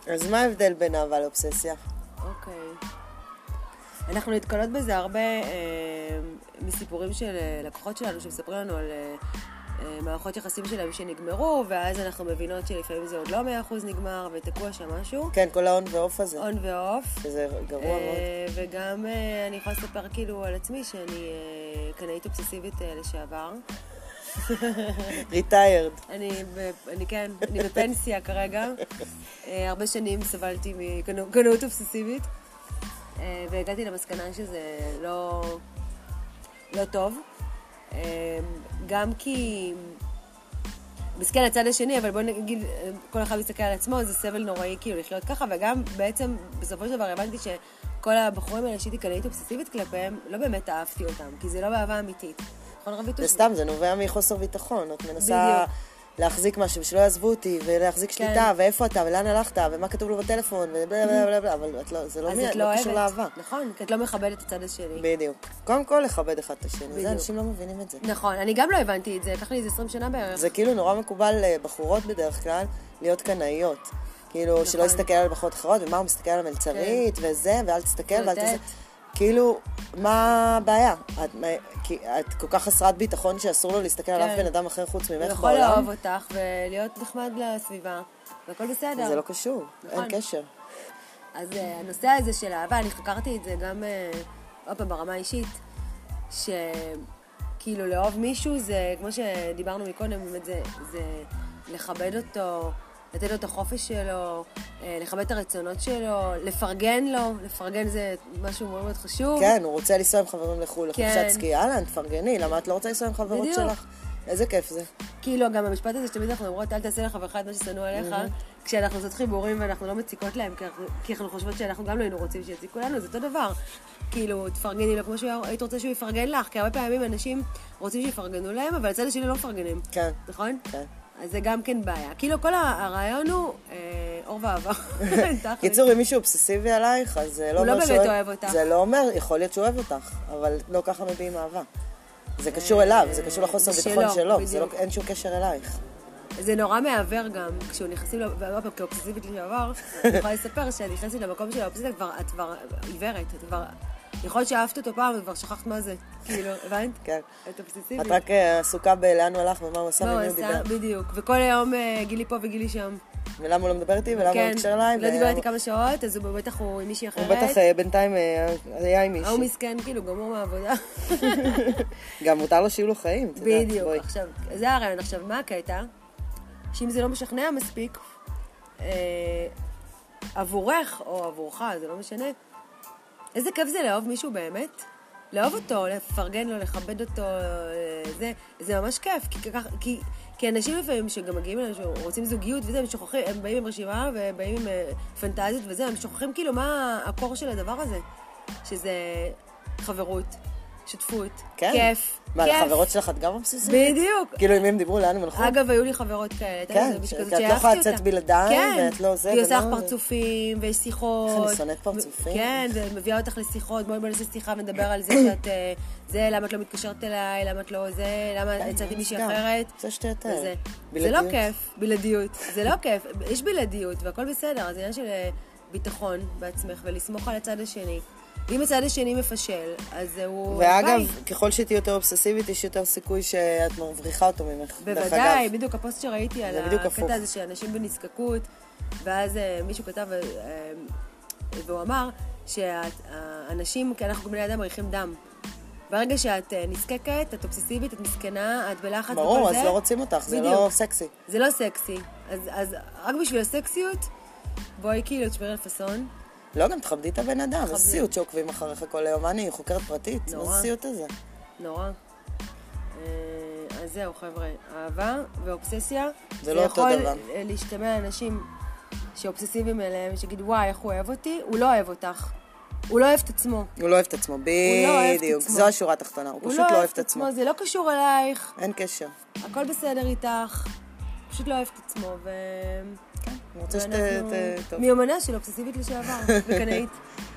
אז מה ההבדל בין אהבה לאובססיה? אוקיי. אנחנו נתקלות בזה הרבה מסיפורים של לקוחות שלנו שמספרים לנו על מערכות יחסים שלהם שנגמרו, ואז אנחנו מבינות שלפעמים זה עוד לא 100% נגמר ותקוע שם משהו. כן, כל ההון ואוף הזה. הון ואוף. שזה גרוע מאוד. וגם אני יכולה לספר כאילו על עצמי שאני קנאית אובססיבית לשעבר. ריטיירד. אני בפנסיה כרגע. הרבה שנים סבלתי מקנאות אובססיבית. והגעתי למסקנה שזה לא טוב. גם כי מסכן הצד השני, אבל בוא נגיד, כל אחד מסתכל על עצמו, זה סבל נוראי כאילו לחיות ככה, וגם בעצם בסופו של דבר הבנתי שכל הבחורים האלה שהייתי קנאית אובססיבית כלפיהם, לא באמת אהבתי אותם, כי זה לא באהבה אמיתית. זה סתם, זה נובע מחוסר ביטחון. את מנסה להחזיק משהו שלא יעזבו אותי, ולהחזיק שליטה, ואיפה אתה, ולאן הלכת, ומה כתוב לו בטלפון, ובלבלבלה, אבל זה לא קשור לאהבה. נכון, כי את לא מכבדת את הצד השני. בדיוק. קודם כל לכבד אחד את השני, זה אנשים לא מבינים את זה. נכון, אני גם לא הבנתי את זה, לקח לי איזה 20 שנה בערך. זה כאילו נורא מקובל לבחורות בדרך כלל, להיות קנאיות. כאילו, שלא יסתכל על בחורות אחרות, ומה הוא מסתכל על המלצרית, וזה, ואל תסתכל, ואל תעשה. כאילו, מה הבעיה? את כל כך חסרת ביטחון שאסור לו להסתכל על אף בן אדם אחר חוץ ממך בעולם. הוא יכול לאהוב אותך ולהיות נחמד לסביבה, והכל בסדר. זה לא קשור, אין קשר. אז הנושא הזה של אהבה, אני חקרתי את זה גם ברמה האישית, שכאילו לאהוב מישהו זה, כמו שדיברנו מקודם, באמת זה לכבד אותו, לתת לו את החופש שלו, לכבד את הרצונות שלו, לפרגן לו, לפרגן זה משהו מאוד מאוד חשוב. כן, הוא רוצה לנסוע עם חברים לחו"ל, לחופשת סקי, יאללה, תפרגני, למה את לא רוצה לנסוע עם חברות שלך? איזה כיף זה. כאילו, גם המשפט הזה שתמיד אנחנו אומרות, אל תעשה לחברך את מה ששנוא עליך, כשאנחנו עושות חיבורים ואנחנו לא מציקות להם, כי אנחנו חושבות שאנחנו גם לא היינו רוצים שיציקו לנו, זה אותו דבר. כאילו, תפרגני לו כמו שהיית רוצה שהוא יפרגן לך, כי הרבה פעמים אנשים רוצים שיפרגנו להם, אבל הצד השני לא מפרגנים. כן. נכון? כן. אז זה גם כן בעיה. כאילו, כל הרעיון הוא אור ואהבה. קיצור, אם מישהו אובססיבי עלייך, אז זה לא אומר הוא לא באמת אוהב אותך. זה לא אומר, יכול להיות שהוא אוהב אותך, אבל לא ככה מביעים אהבה. זה קשור אליו, זה קשור לחוסר ביטחון שלו, אין שום קשר אלייך. זה נורא מעבר גם, כשהוא נכנסים, כאובססיבית לשעבר, אני יכולה לספר שאני נכנסת למקום של האובססיבית, את כבר עיוורת, את כבר... יכול להיות שאהבת אותו פעם וכבר שכחת מה זה, כאילו, הבנת? כן. את אובססיבית. את רק עסוקה בלאן הוא הלך ומה הוא עשה ומי הוא דיבר. בדיוק, וכל היום גילי פה וגילי שם. ולמה הוא לא מדבר איתי ולמה הוא מתקשר אליי. לא דיבר איתי כמה שעות, אז הוא בטח הוא עם מישהי אחרת. הוא בטח בינתיים היה עם מישהו. הוא מסכן, כאילו, גמור מהעבודה. גם מותר לו שיהיו לו חיים, אתה יודעת. בדיוק, עכשיו, זה הרעיון. עכשיו, מה הקטע? שאם זה לא משכנע מספיק, עבורך או עבורך, זה לא משנה, איזה כיף זה לאהוב מישהו באמת? לאהוב אותו, לפרגן לו, לכבד אותו, זה ממש כיף, כי אנשים לפעמים שגם מגיעים אלינו, שרוצים זוגיות וזה, הם באים עם רשימה ובאים עם פנטזיות וזה, הם שוכחים כאילו מה הקור של הדבר הזה, שזה חברות, שותפות, כיף. מה, לחברות שלך את גם אובססיבית? בדיוק. כאילו אם הם דיברו לאן הם הלכו? אגב, היו לי חברות כאלה. כן, כי את לא יכולה לצאת בלעדיי, ואת לא זה. היא עושה לך פרצופים, ויש שיחות. איך אני שונאת פרצופים? כן, ומביאה אותך לשיחות, בואי נעשה שיחה ונדבר על זה שאת... זה, למה את לא מתקשרת אליי, למה את לא זה, למה יצאתי מישהי אחרת. זה שטויות האלה. זה לא כיף, בלעדיות. זה לא כיף, יש בלעדיות, והכל בסדר. אז עניין של ביטחון בעצמך, ולסמוך על הצד השני. אם הצד השני מפשל, אז הוא... ואגב, ככל שתהיי יותר אובססיבית, יש יותר סיכוי שאת מבריחה אותו ממך. בוודאי, בדיוק הפוסט שראיתי על הקטע הזה שאנשים בנזקקות, ואז מישהו כתב, והוא אמר שהאנשים, כי אנחנו בני אדם מריחים דם. ברגע שאת נזקקת, את אובססיבית, את מסכנה, את בלחץ וכל זה... ברור, אז לא רוצים אותך, זה לא סקסי. זה לא סקסי. אז רק בשביל הסקסיות, בואי כאילו תשמרי על פסון. לא, גם תכבדי את הבן אדם, זה סיוט שעוקבים אחריך כל היום. אני חוקרת פרטית, מה זה סיוט הזה? נורא. אז זהו, חבר'ה, אהבה ואובססיה, זה לא אותו דבר. יכול להשתמע אנשים שאובססיביים אליהם, שגיד, וואי, איך הוא אוהב אותי? הוא לא אוהב אותך. הוא לא אוהב את עצמו. הוא לא אוהב את עצמו, בדיוק. זו השורה התחתונה, הוא פשוט לא אוהב את עצמו. זה לא קשור אלייך. אין קשר. הכל בסדר איתך. פשוט לא אוהב את עצמו, כן, אני רוצה מיומנה של אובססיבית לשעבר, וקנאית.